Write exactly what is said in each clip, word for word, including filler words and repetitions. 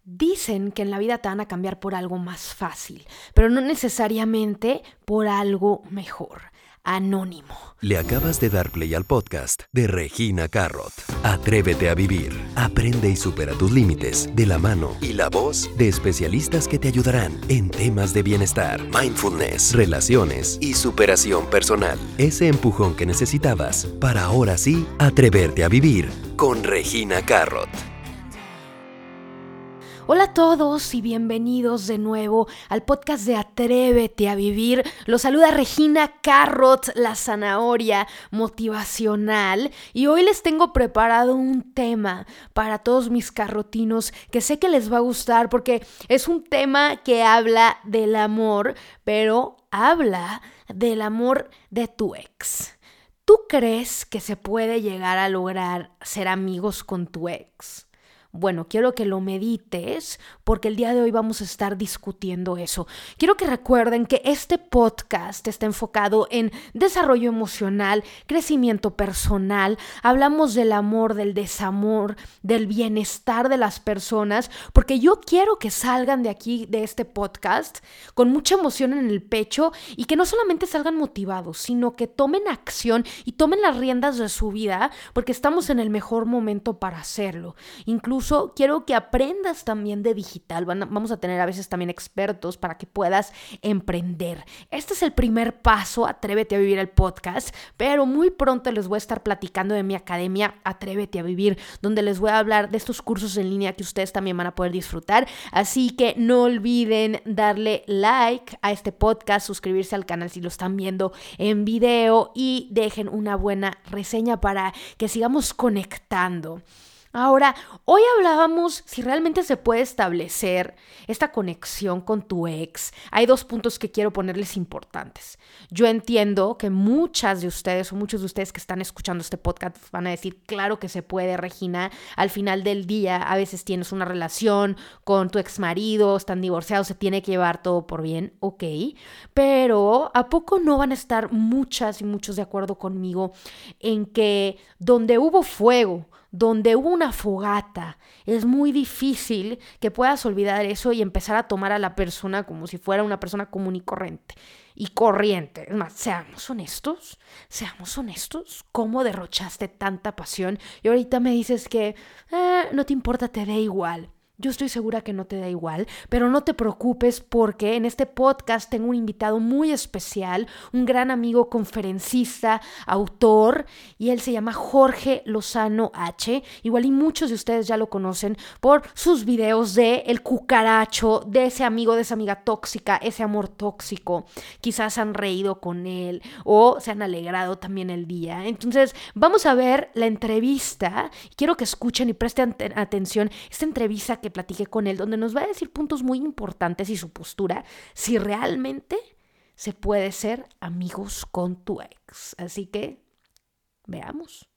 Dicen que en la vida te van a cambiar por algo más fácil, pero no necesariamente por algo mejor. Anónimo. Le acabas de dar play al podcast de Regina Carrot. Atrévete a vivir. Aprende y supera tus límites de la mano y la voz de especialistas que te ayudarán en temas de bienestar, mindfulness, relaciones y superación personal. Ese empujón que necesitabas para ahora sí atreverte a vivir con Regina Carrot. Hola a todos y bienvenidos de nuevo al podcast de Atrévete a Vivir. Los saluda Regina Carrot, la zanahoria motivacional. Y hoy les tengo preparado un tema para todos mis carrotinos que sé que les va a gustar porque es un tema que habla del amor, pero habla del amor de tu ex. ¿Tú crees que se puede llegar a lograr ser amigos con tu ex? Bueno, quiero que lo medites porque el día de hoy vamos a estar discutiendo eso. Quiero que recuerden que este podcast está enfocado en desarrollo emocional, crecimiento personal. Hablamos del amor, del desamor, del bienestar de las personas, porque yo quiero que salgan de aquí, de este podcast, con mucha emoción en el pecho y que no solamente salgan motivados, sino que tomen acción y tomen las riendas de su vida porque estamos en el mejor momento para hacerlo. Incluso quiero que aprendas también de digital. Van a, vamos a tener a veces también expertos para que puedas emprender. Este es el primer paso, Atrévete a Vivir el podcast, pero muy pronto les voy a estar platicando de mi academia Atrévete a Vivir, donde les voy a hablar de estos cursos en línea que ustedes también van a poder disfrutar. Así que no olviden darle like a este podcast, suscribirse al canal si lo están viendo en video y dejen una buena reseña para que sigamos conectando. Ahora, hoy hablábamos si realmente se puede establecer esta conexión con tu ex. Hay dos puntos que quiero ponerles importantes. Yo entiendo que muchas de ustedes o muchos de ustedes que están escuchando este podcast van a decir, claro que se puede, Regina. Al final del día, a veces tienes una relación con tu exmarido, están divorciados, se tiene que llevar todo por bien, ok. Pero, ¿a poco no van a estar muchas y muchos de acuerdo conmigo en que donde hubo fuego, donde hubo una fogata, es muy difícil que puedas olvidar eso y empezar a tomar a la persona como si fuera una persona común y corriente? Y corriente. Es más, seamos honestos, seamos honestos. ¿Cómo derrochaste tanta pasión? Y ahorita me dices que eh, no te importa, te da igual. Yo estoy segura que no te da igual, pero no te preocupes porque en este podcast tengo un invitado muy especial, un gran amigo conferencista, autor, y él se llama Jorge Lozano H. Igual y muchos de ustedes ya lo conocen por sus videos de El Cucaracho, de ese amigo, de esa amiga tóxica, ese amor tóxico. Quizás han reído con él o se han alegrado también el día. Entonces, vamos a ver la entrevista. Quiero que escuchen y presten atención esta entrevista que que platiqué con él, donde nos va a decir puntos muy importantes y su postura, si realmente se puede ser amigos con tu ex. Así que, veamos.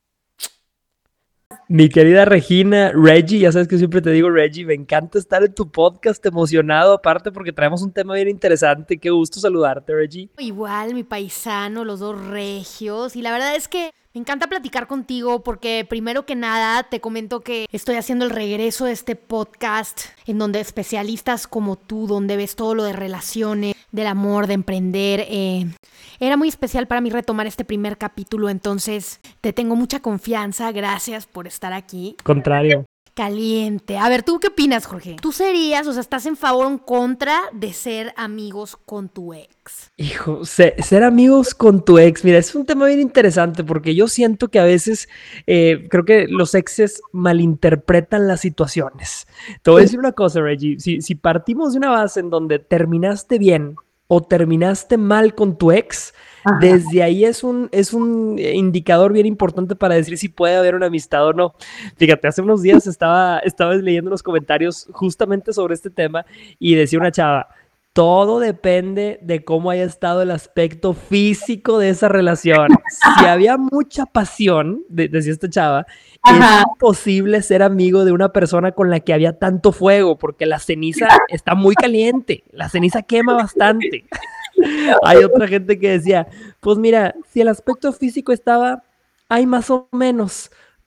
Mi querida Regina, Reggie, ya sabes que siempre te digo Reggie, me encanta estar en tu podcast, emocionado, aparte porque traemos un tema bien interesante. Qué gusto saludarte, Reggie. Igual, mi paisano, los dos regios, y la verdad es que me encanta platicar contigo porque primero que nada te comento que estoy haciendo el regreso de este podcast en donde especialistas como tú, donde ves todo lo de relaciones, del amor, de emprender, eh, era muy especial para mí retomar este primer capítulo, entonces te tengo mucha confianza, gracias por estar aquí. Contrario. Caliente. A ver, ¿tú qué opinas, Jorge? ¿Tú serías, o sea, estás en favor o en contra de ser amigos con tu ex? Hijo, ser, ser amigos con tu ex, mira, es un tema bien interesante porque yo siento que a veces eh, creo que los exes malinterpretan las situaciones. Te voy a decir una cosa, Reggie, si, si partimos de una base en donde terminaste bien o terminaste mal con tu ex, ajá, desde ahí es un, es un indicador bien importante para decir si puede haber una amistad o no. Fíjate, hace unos días estaba, estaba leyendo los comentarios justamente sobre este tema y decía una chava, todo depende de cómo haya estado el aspecto físico de esa relación. Si había mucha pasión, de, decía esta chava, ajá, es imposible ser amigo de una persona con la que había tanto fuego, porque la ceniza está muy caliente, la ceniza quema bastante. Hay otra gente que decía, pues mira, si el aspecto físico estaba, hay más o menos,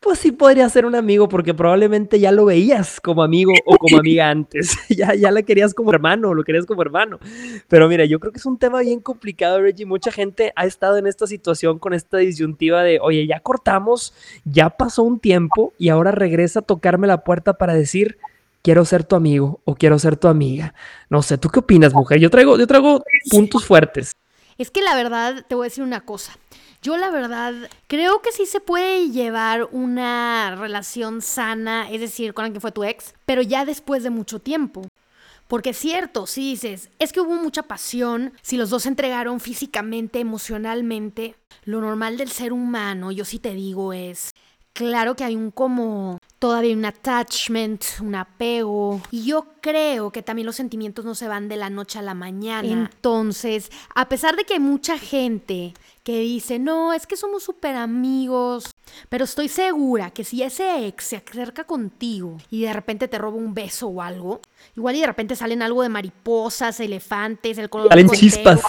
pues sí podría ser un amigo porque probablemente ya lo veías como amigo o como amiga antes. ya, ya la querías como hermano o lo querías como hermano. Pero mira, yo creo que es un tema bien complicado, Reggie. Mucha gente ha estado en esta situación con esta disyuntiva de, oye, ya cortamos, ya pasó un tiempo y ahora regresa a tocarme la puerta para decir, quiero ser tu amigo o quiero ser tu amiga. No sé, ¿tú qué opinas, mujer? Yo traigo, yo traigo puntos fuertes. Es que la verdad, te voy a decir una cosa. Yo la verdad creo que sí se puede llevar una relación sana, es decir, con alguien que fue tu ex, pero ya después de mucho tiempo. Porque es cierto, si dices, es que hubo mucha pasión, si los dos se entregaron físicamente, emocionalmente, lo normal del ser humano, yo sí te digo, es, claro que hay un como, todavía un attachment, un apego, y yo creo que también los sentimientos no se van de la noche a la mañana. Entonces, a pesar de que hay mucha gente que dice, no, es que somos súper amigos, pero estoy segura que si ese ex se acerca contigo y de repente te roba un beso o algo, igual y de repente salen algo de mariposas, elefantes, el color Salen chispas.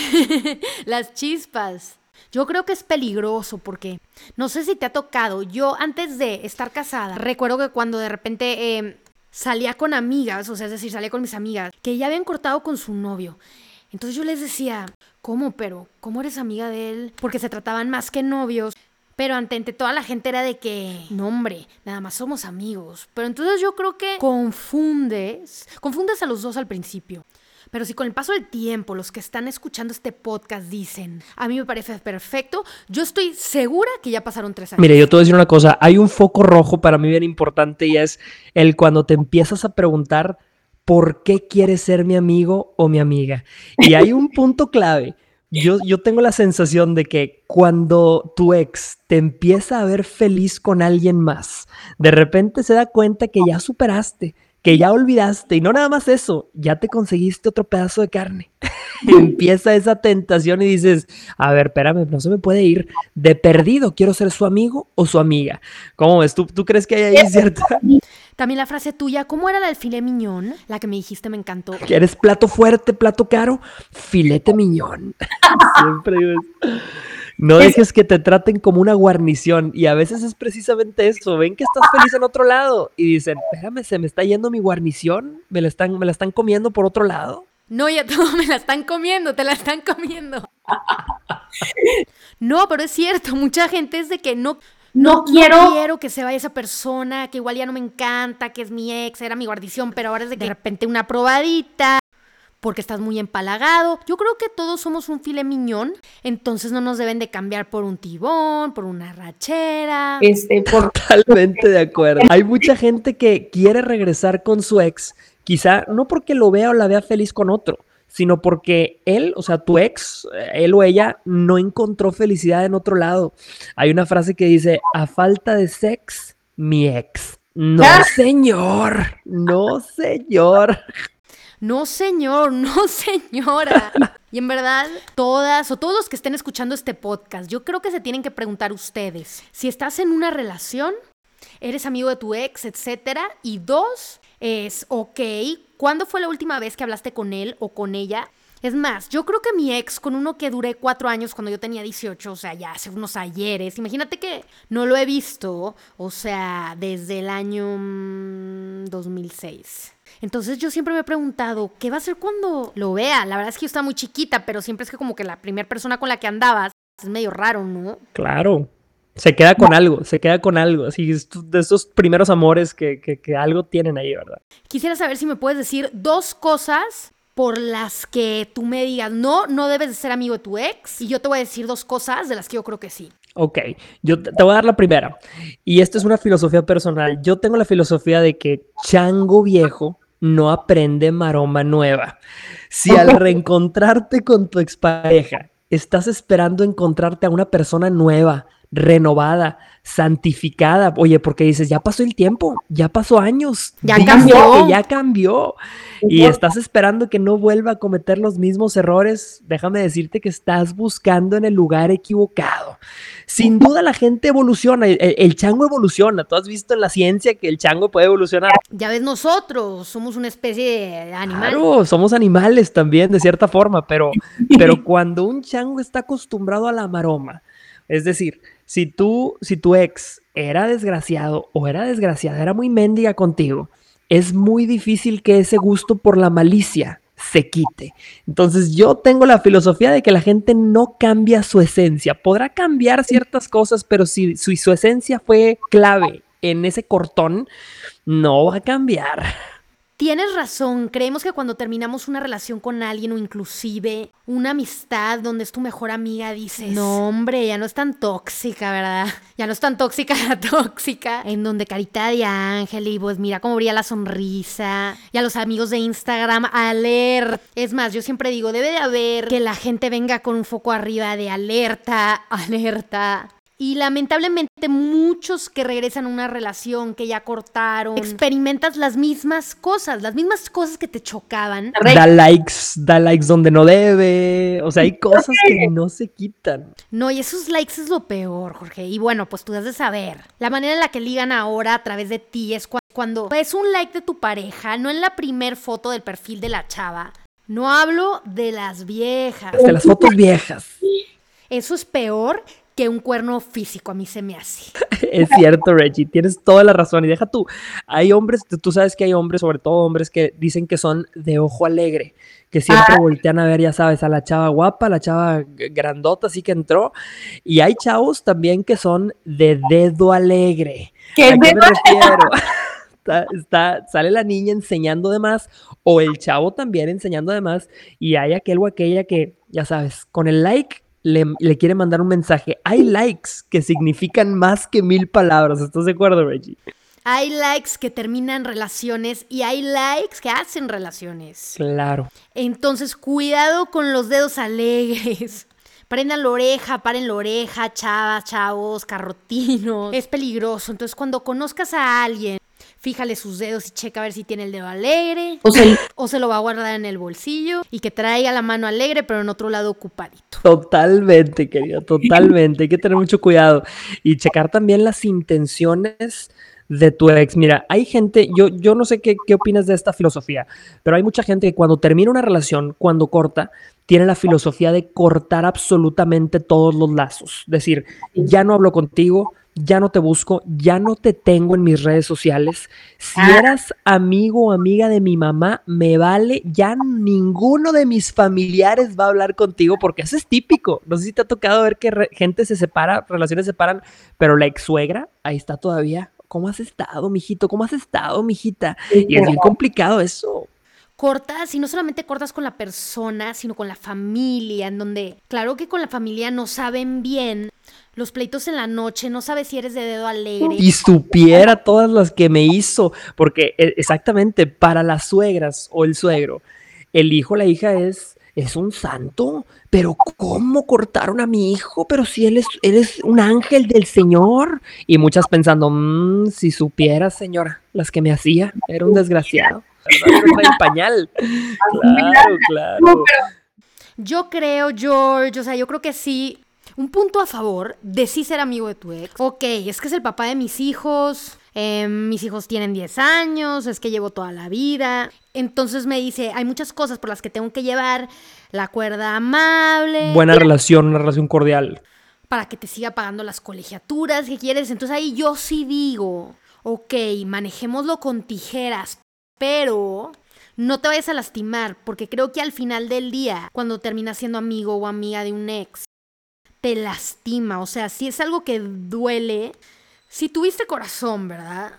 Las chispas. Yo creo que es peligroso porque no sé si te ha tocado. Yo antes de estar casada, recuerdo que cuando de repente eh, salía con amigas, o sea, es decir, salía con mis amigas, que ya habían cortado con su novio. Entonces yo les decía, ¿cómo? Pero, ¿cómo eres amiga de él? Porque se trataban más que novios. Pero ante, ante toda la gente era de que, no hombre, nada más somos amigos. Pero entonces yo creo que confundes, confundes a los dos al principio. Pero si con el paso del tiempo los que están escuchando este podcast dicen, a mí me parece perfecto, yo estoy segura que ya pasaron tres años. Mire, yo te voy a decir una cosa, hay un foco rojo para mí bien importante y es el cuando te empiezas a preguntar ¿por qué quieres ser mi amigo o mi amiga? Y hay un punto clave. Yo, yo tengo la sensación de que cuando tu ex te empieza a ver feliz con alguien más, de repente se da cuenta que ya superaste, que ya olvidaste, y no nada más eso, ya te conseguiste otro pedazo de carne. Empieza esa tentación y dices, a ver, espérame, no se me puede ir de perdido, quiero ser su amigo o su amiga. ¿Cómo ves? ¿Tú, tú crees que hay ahí cierta? También la frase tuya, ¿cómo era la del filet mignon? La que me dijiste me encantó. Que eres plato fuerte, plato caro, filete miñón. Siempre digo eso. No dejes que te traten como una guarnición. Y a veces es precisamente eso. Ven que estás feliz en otro lado. Y dicen, espérame, se me está yendo mi guarnición. ¿Me la están, me la están comiendo por otro lado? No, ya todo me la están comiendo, te la están comiendo. No, pero es cierto. Mucha gente es de que no... No, no, quiero... no quiero que se vaya esa persona, que igual ya no me encanta, que es mi ex, era mi guarnición, pero ahora es de que de repente una probadita, porque estás muy empalagado. Yo creo que todos somos un filet mignon, entonces no nos deben de cambiar por un tibón, por una rachera. Este, por... Totalmente de acuerdo. Hay mucha gente que quiere regresar con su ex, quizá no porque lo vea o la vea feliz con otro, sino porque él, o sea, tu ex, él o ella, no encontró felicidad en otro lado. Hay una frase que dice, a falta de sex, mi ex. No, señor, no, señor. No, señor, no, señora. Y en verdad, todas o todos los que estén escuchando este podcast, yo creo que se tienen que preguntar ustedes, si estás en una relación, eres amigo de tu ex, etcétera, y dos, es, ok, ¿cuándo fue la última vez que hablaste con él o con ella? Es más, yo creo que mi ex, con uno que duré cuatro años cuando yo tenía dieciocho, o sea, ya hace unos ayeres, imagínate que no lo he visto, o sea, desde el año mmm, dos mil seis. Entonces yo siempre me he preguntado, ¿qué va a hacer cuando lo vea? La verdad es que yo estaba muy chiquita, pero siempre es que como que la primera persona con la que andabas es medio raro, ¿no? Claro. Se queda con algo, se queda con algo, así de esos primeros amores que, que, que algo tienen ahí, ¿verdad? Quisiera saber si me puedes decir dos cosas por las que tú me digas, no, no debes de ser amigo de tu ex, y yo te voy a decir dos cosas de las que yo creo que sí. Ok, yo te voy a dar la primera, y esta es una filosofía personal. Yo tengo la filosofía de que chango viejo no aprende maroma nueva. Si al reencontrarte con tu expareja estás esperando encontrarte a una persona nueva, renovada, santificada, oye, porque dices, ya pasó el tiempo, ya pasó años, ya cambió, ya cambió, y estás esperando que no vuelva a cometer los mismos errores, déjame decirte que estás buscando en el lugar equivocado. Sin duda la gente evoluciona, el, el chango evoluciona, tú has visto en la ciencia que el chango puede evolucionar. Ya ves, nosotros somos una especie de animal. Claro, somos animales también, de cierta forma, pero, pero cuando un chango está acostumbrado a la maroma, es decir, si tú, si tu ex era desgraciado o era desgraciada, era muy mendiga contigo, es muy difícil que ese gusto por la malicia se quite. Entonces yo tengo la filosofía de que la gente no cambia su esencia. Podrá cambiar ciertas cosas, pero si, si su esencia fue clave en ese cortón, no va a cambiar. Tienes razón, creemos que cuando terminamos una relación con alguien o inclusive una amistad donde es tu mejor amiga, dices, no hombre, ya no es tan tóxica, ¿verdad? Ya no es tan tóxica la tóxica, en donde carita de ángel y pues mira cómo brilla la sonrisa. Y a los amigos de Instagram, alert. Es más, yo siempre digo, debe de haber que la gente venga con un foco arriba de alerta, alerta. Y lamentablemente muchos que regresan a una relación que ya cortaron, experimentas las mismas cosas, las mismas cosas que te chocaban. Da likes, da likes donde no debe, o sea, hay cosas que no se quitan. No, y esos likes es lo peor, Jorge. Y bueno, pues tú has de saber. La manera en la que ligan ahora a través de ti es cu- cuando es un like de tu pareja, no en la primer foto del perfil de la chava. No hablo de las viejas. De las fotos viejas. Eso es peor que un cuerno físico, a mí se me hace. Es cierto, Reggie, tienes toda la razón. Y deja tú, hay hombres, tú sabes que hay hombres, sobre todo hombres, que dicen que son de ojo alegre, que siempre ah. voltean a ver, ya sabes, a la chava guapa, a la chava grandota, así que entró. Y hay chavos también que son de dedo alegre. ¿Qué ¿A qué me refiero? Está, está, sale la niña enseñando de más, o el chavo también enseñando de más, y hay aquel o aquella que, ya sabes, con el like, Le, le quiere mandar un mensaje. Hay likes que significan más que mil palabras. ¿Estás de acuerdo, Reggie? Hay likes que terminan relaciones y hay likes que hacen relaciones. Claro. Entonces, cuidado con los dedos alegres. Prendan la oreja, paren la oreja, chavas, chavos, carrotinos. Es peligroso. Entonces, cuando conozcas a alguien, fíjale sus dedos y checa a ver si tiene el dedo alegre. O, sea, o se lo va a guardar en el bolsillo. Y que traiga la mano alegre, pero en otro lado ocupadito. Totalmente, querido, totalmente. Hay que tener mucho cuidado. Y checar también las intenciones de tu ex. Mira, hay gente, yo, yo no sé qué, qué opinas de esta filosofía, pero hay mucha gente que cuando termina una relación, cuando corta, tiene la filosofía de cortar absolutamente todos los lazos. Decir, ya no hablo contigo, ya no te busco, ya no te tengo en mis redes sociales. Si eras amigo o amiga de mi mamá, me vale, ya ninguno de mis familiares va a hablar contigo, porque eso es típico. No sé si te ha tocado ver que re- gente se separa, relaciones se separan, pero la ex suegra, ahí está todavía. ¿Cómo has estado, mijito? ¿Cómo has estado, mijita? Y es bien complicado eso. Cortas, y no solamente cortas con la persona, sino con la familia, en donde, claro que con la familia no saben bien los pleitos en la noche, no sabes si eres de dedo alegre. Y supiera todas las que me hizo, porque exactamente para las suegras o el suegro, el hijo o la hija es, es un santo, pero ¿cómo cortaron a mi hijo? Pero si él es, él es un ángel del Señor. Y muchas pensando, mmm, si supieras, señora, las que me hacía, era un desgraciado. El pañal. Claro, claro. Yo creo, George, o sea, yo creo que sí. Un punto a favor de sí ser amigo de tu ex. Ok, es que es el papá de mis hijos. Eh, mis hijos tienen diez años. Es que llevo toda la vida. Entonces me dice, hay muchas cosas por las que tengo que llevar la cuerda amable. Buena relación, una relación cordial. Para que te siga pagando las colegiaturas que quieres. Entonces ahí yo sí digo, ok, manejémoslo con tijeras. Pero no te vayas a lastimar, porque creo que al final del día, cuando terminas siendo amigo o amiga de un ex, te lastima. O sea, si es algo que duele, si tuviste corazón, ¿verdad?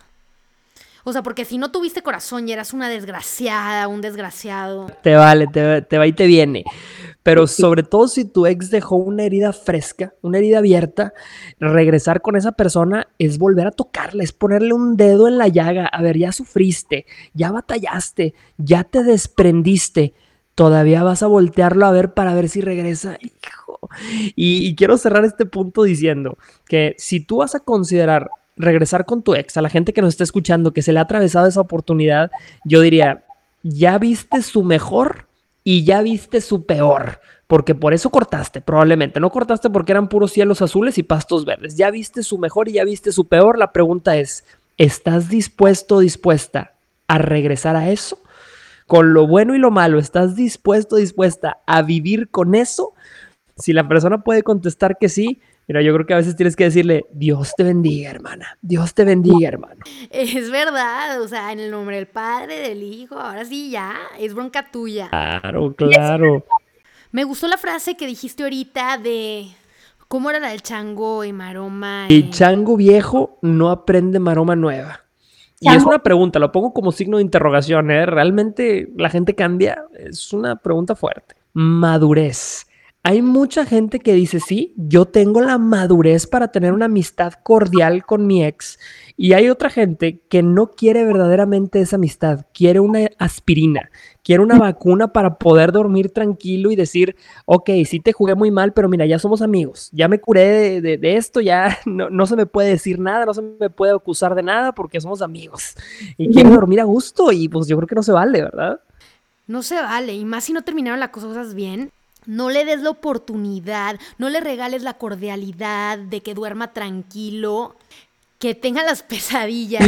O sea, porque si no tuviste corazón y eras una desgraciada, un desgraciado. Te vale, te, te va y te viene. Pero sobre todo si tu ex dejó una herida fresca, una herida abierta, regresar con esa persona es volver a tocarla, es ponerle un dedo en la llaga. A ver, ya sufriste, ya batallaste, ya te desprendiste. Todavía vas a voltearlo a ver para ver si regresa. Hijo. Y, y quiero cerrar este punto diciendo que si tú vas a considerar regresar con tu ex, a la gente que nos está escuchando, que se le ha atravesado esa oportunidad, yo diría, ya viste su mejor y ya viste su peor, porque por eso cortaste, probablemente. No cortaste porque eran puros cielos azules y pastos verdes. Ya viste su mejor y ya viste su peor. La pregunta es, ¿estás dispuesto o dispuesta a regresar a eso? Con lo bueno y lo malo, ¿estás dispuesto o dispuesta a vivir con eso? Si la persona puede contestar que sí, Mira, yo creo que a veces tienes que decirle, Dios te bendiga, hermana. Dios te bendiga, hermano. Es verdad, o sea, en el nombre del Padre, del Hijo, ahora sí ya, es bronca tuya. Claro, claro. Me gustó la frase que dijiste ahorita de cómo era la del chango y maroma. Y eh. chango viejo no aprende maroma nueva. Y es una pregunta, lo pongo como signo de interrogación, ¿eh? ¿Realmente la gente cambia? Es una pregunta fuerte. Madurez. Hay mucha gente que dice, sí, yo tengo la madurez para tener una amistad cordial con mi ex. Y hay otra gente que no quiere verdaderamente esa amistad, quiere una aspirina, quiere una vacuna para poder dormir tranquilo y decir, ok, sí te jugué muy mal, pero mira, ya somos amigos, ya me curé de, de, de esto, ya no, no se me puede decir nada, no se me puede acusar de nada porque somos amigos. Y quiere dormir a gusto y pues yo creo que no se vale, ¿verdad? No se vale, y más si no terminaron las cosas bien. No le des la oportunidad, no le regales la cordialidad de que duerma tranquilo, que tenga las pesadillas.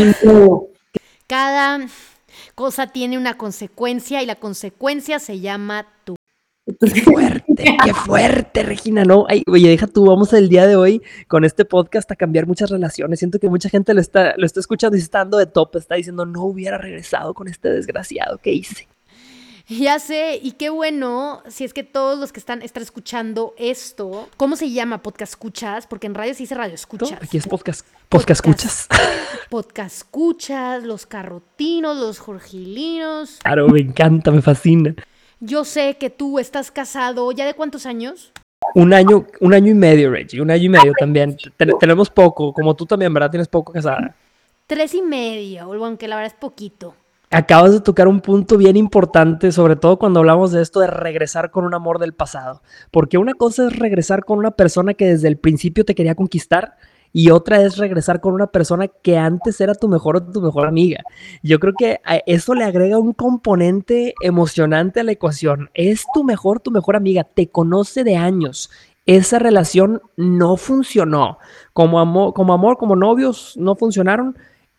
Cada cosa tiene una consecuencia y la consecuencia se llama tú. Qué fuerte, qué fuerte, Regina, ¿no? Ay, oye, deja tú, vamos el día de hoy con este podcast a cambiar muchas relaciones. Siento que mucha gente lo está, lo está escuchando y se está dando de top, está diciendo, no hubiera regresado con este desgraciado, ¿qué hice? Ya sé, y qué bueno, si es que todos los que están, están escuchando esto, ¿cómo se llama? ¿Podcast escuchas? Porque en radio se dice radio escuchas. Aquí es podcast, podcast escuchas. Podcast escuchas, los carrotinos, los jorgilinos. Claro, me encanta, me fascina. Yo sé que tú estás casado, ¿ya de cuántos años? Un año, un año y medio, Reggie, un año y medio también. Ten- tenemos poco, como tú también, ¿verdad? Tienes poco casada. Tres y medio, aunque la verdad es poquito. Acabas de tocar un punto bien importante, sobre todo cuando hablamos de esto de regresar con un amor del pasado. Porque una cosa es regresar con una persona que desde el principio te quería conquistar y otra es regresar con una persona que antes era tu mejor o tu mejor amiga. Yo creo que a eso le agrega un componente emocionante a la ecuación. Es tu mejor, tu mejor amiga, te conoce de años. Esa relación no funcionó. Como amor, como amor, como novios no funcionaron.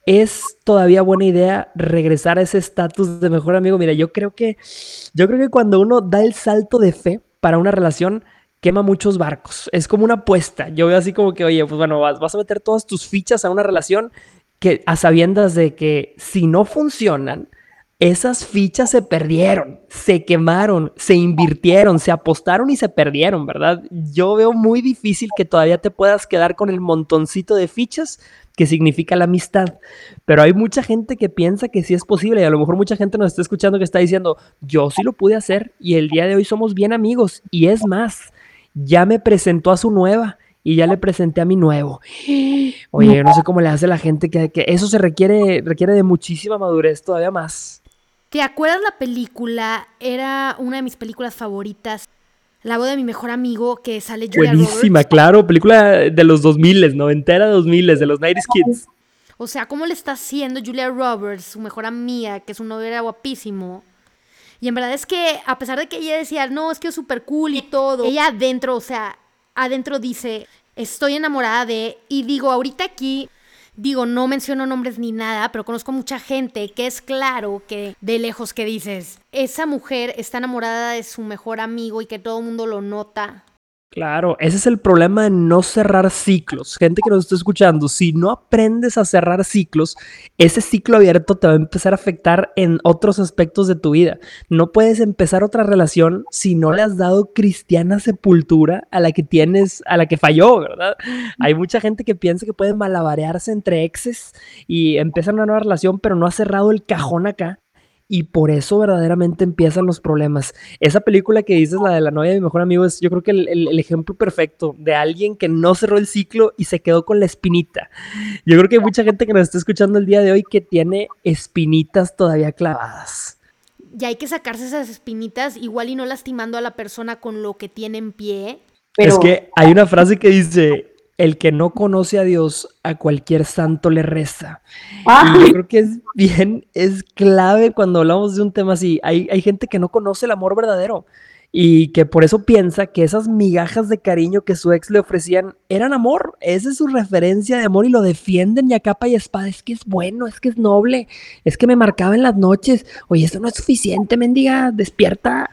Es todavía buena idea regresar a ese estatus de mejor amigo. Mira, yo creo que, yo creo que cuando uno da el salto de fe para una relación, quema muchos barcos. Es como una apuesta. Yo veo así como que, oye, pues bueno, vas, vas a meter todas tus fichas a una relación que a sabiendas de que si no funcionan, esas fichas se perdieron, se quemaron, se invirtieron, se apostaron y se perdieron, ¿verdad? Yo veo muy difícil que todavía te puedas quedar con el montoncito de fichas que significa la amistad. Pero hay mucha gente que piensa que sí es posible y a lo mejor mucha gente nos está escuchando que está diciendo, yo sí lo pude hacer y el día de hoy somos bien amigos. Y es más, ya me presentó a su nueva y ya le presenté a mi nuevo. Oye, yo no sé cómo le hace la gente que, que eso se requiere, requiere de muchísima madurez todavía más. ¿Te acuerdas la película? Era una de mis películas favoritas. La boda de mi mejor amigo, que sale Julia Buenísima, Roberts. claro, película de los dos mil, noventera dos mil, de los nineties Kids. O sea, ¿cómo le está haciendo Julia Roberts, su mejor amiga, que su novio era guapísimo? Y en verdad es que, a pesar de que ella decía, no, es que es súper cool y todo, ella adentro, o sea, adentro dice, estoy enamorada de, y digo, ahorita aquí, digo, no menciono nombres ni nada, pero conozco mucha gente que es claro que de lejos que dices, esa mujer está enamorada de su mejor amigo y que todo el mundo lo nota. Claro, ese es el problema de no cerrar ciclos. Gente que nos está escuchando, si no aprendes a cerrar ciclos, ese ciclo abierto te va a empezar a afectar en otros aspectos de tu vida. No puedes empezar otra relación si no le has dado cristiana sepultura a la que tienes, a la que falló, ¿verdad? Hay mucha gente que piensa que puede malabarearse entre exes y empiezan una nueva relación, pero no ha cerrado el cajón acá. Y por eso verdaderamente empiezan los problemas. Esa película que dices, la de la novia de mi mejor amigo, es yo creo que el, el, el ejemplo perfecto de alguien que no cerró el ciclo y se quedó con la espinita. Yo creo que hay mucha gente que nos está escuchando el día de hoy que tiene espinitas todavía clavadas. Y hay que sacarse esas espinitas, igual y no lastimando a la persona con lo que tiene en pie. Pero... Es que hay una frase que dice... El que no conoce a Dios, a cualquier santo le reza. ¡Ah! Y yo creo que es bien, es clave cuando hablamos de un tema así. Hay, hay gente que no conoce el amor verdadero y que por eso piensa que esas migajas de cariño que su ex le ofrecían eran amor. Esa es su referencia de amor y lo defienden y a capa y espada. Es que es bueno, es que es noble, es que me marcaba en las noches. Oye, eso no es suficiente, mendiga, despierta.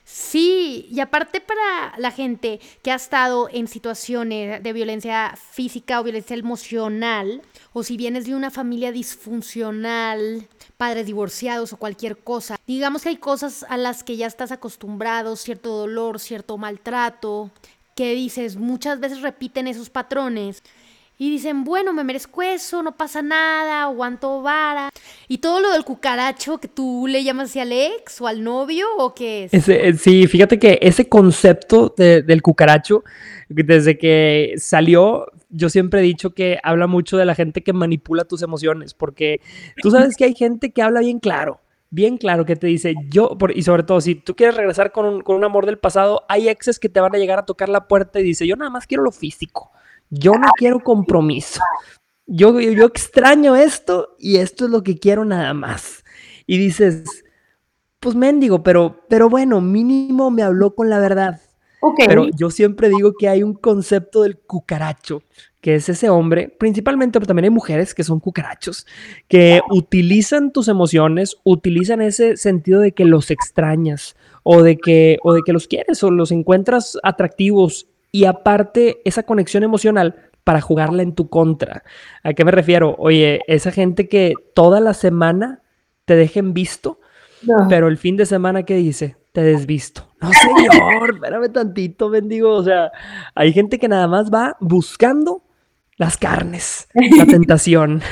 Sí, y aparte para la gente que ha estado en situaciones de violencia física o violencia emocional, o si vienes de una familia disfuncional, padres divorciados o cualquier cosa, digamos que hay cosas a las que ya estás acostumbrado, cierto dolor, cierto maltrato, que dices, muchas veces repiten esos patrones. Y dicen, bueno, me merezco eso, no pasa nada, aguanto vara. Y todo lo del cucaracho que tú le llamas así al ex o al novio, ¿o qué es? Ese, sí, fíjate que ese concepto de, del cucaracho, desde que salió, yo siempre he dicho que habla mucho de la gente que manipula tus emociones, porque tú sabes que hay gente que habla bien claro, bien claro, que te dice, yo, por, y sobre todo, si tú quieres regresar con un, con un amor del pasado, hay exes que te van a llegar a tocar la puerta y dice, yo nada más quiero lo físico. Yo no quiero compromiso. Yo, yo, yo extraño esto y esto es lo que quiero nada más. Y dices, pues mendigo, pero, pero bueno, mínimo me habló con la verdad. Okay. Pero yo siempre digo que hay un concepto del cucaracho, que es ese hombre, principalmente, pero también hay mujeres que son cucarachos, que utilizan tus emociones, utilizan ese sentido de que los extrañas o de que, o de que los quieres o los encuentras atractivos. Y aparte, esa conexión emocional para jugarla en tu contra. ¿A qué me refiero? Oye, esa gente que toda la semana te dejen visto, no. Pero el fin de semana, ¿qué dice? Te desvisto. No, señor, espérame tantito, bendigo. O sea, hay gente que nada más va buscando las carnes, la tentación.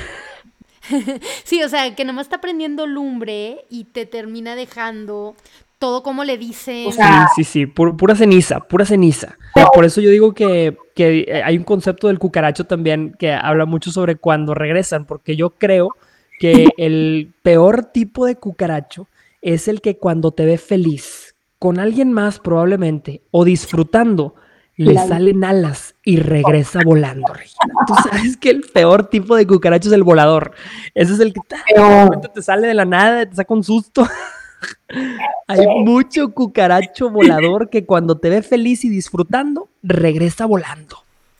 Sí, o sea, que nomás está prendiendo lumbre y te termina dejando todo como le dicen. Sí, sí, sí, pura, pura ceniza, pura ceniza. Por eso yo digo que, que hay un concepto del cucaracho también que habla mucho sobre cuando regresan, porque yo creo que el peor tipo de cucaracho es el que cuando te ve feliz, con alguien más probablemente, o disfrutando, le salen alas y regresa volando, Regina. Tú sabes que el peor tipo de cucaracho es el volador. Ese es el que te, te sale de la nada, te saca un susto. Hay mucho cucaracho volador que cuando te ve feliz y disfrutando, regresa volando.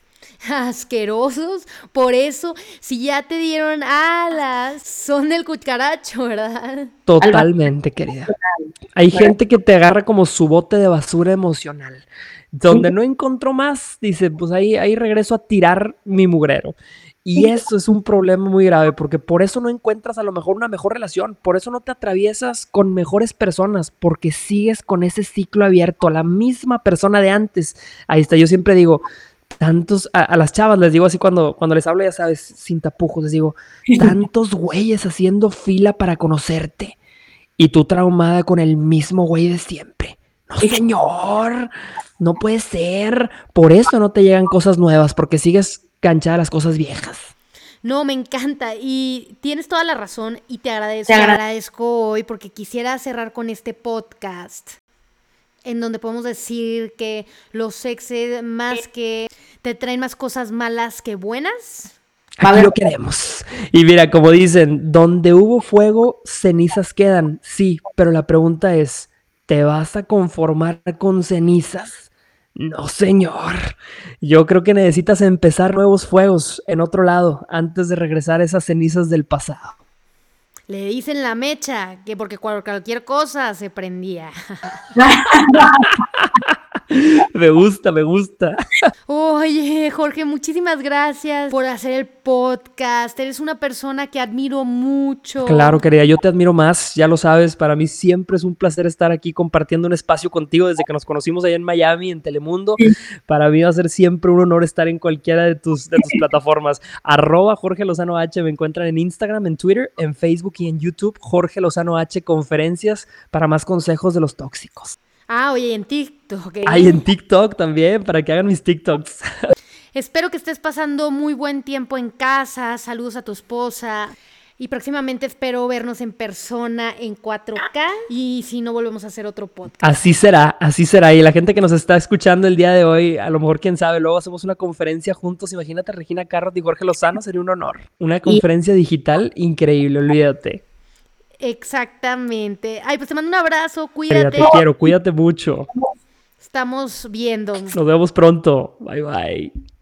Asquerosos. Por eso, si ya te dieron alas, son del cucaracho, ¿verdad? Totalmente, querida. Hay gente que te agarra como su bote de basura emocional. Donde no encontró más, dice, pues ahí, ahí regreso a tirar mi mugrero. Y eso es un problema muy grave, porque por eso no encuentras a lo mejor una mejor relación, por eso no te atraviesas con mejores personas, porque sigues con ese ciclo abierto, a la misma persona de antes. Ahí está, yo siempre digo, tantos, a, a las chavas les digo así cuando, cuando les hablo, ya sabes, sin tapujos, les digo, tantos güeyes haciendo fila para conocerte, y tú traumada con el mismo güey de siempre. No, señor, no puede ser. Por eso no te llegan cosas nuevas, porque sigues canchada a las cosas viejas. No, me encanta y tienes toda la razón y te agradezco, te agradezco hoy porque quisiera cerrar con este podcast en donde podemos decir que los exes más que te traen más cosas malas que buenas. Aquí lo queremos. Y mira, como dicen, donde hubo fuego, cenizas quedan. Sí, pero la pregunta es, ¿te vas a conformar con cenizas? No, señor. Yo creo que necesitas empezar nuevos fuegos en otro lado antes de regresar a esas cenizas del pasado. Le dicen la mecha, que porque cualquier cosa se prendía. Me gusta, me gusta. Oye, Jorge, muchísimas gracias por hacer el podcast. Eres una persona que admiro mucho. Claro, querida, yo te admiro más, ya lo sabes. Para mí siempre es un placer estar aquí compartiendo un espacio contigo desde que nos conocimos allá en Miami, en Telemundo. Para mí va a ser siempre un honor estar en cualquiera de tus, de tus plataformas. Arroba Jorge Lozano H, me encuentran en Instagram, en Twitter, en Facebook y en YouTube. Jorge Lozano H, conferencias para más consejos de los tóxicos. Ah, oye, en TikTok. ¿eh? Ay, en TikTok también, para que hagan mis TikToks. Espero que estés pasando muy buen tiempo en casa. Saludos a tu esposa. Y próximamente espero vernos en persona en cuatro K. Y si no, volvemos a hacer otro podcast. Así será, así será. Y la gente que nos está escuchando el día de hoy, a lo mejor, quién sabe, luego hacemos una conferencia juntos. Imagínate, Regina Carrot y Jorge Lozano, sería un honor. Una conferencia digital increíble, olvídate. Exactamente. Ay, pues te mando un abrazo, cuídate. Te quiero, cuídate mucho. Estamos viendo. Nos vemos pronto. Bye, bye.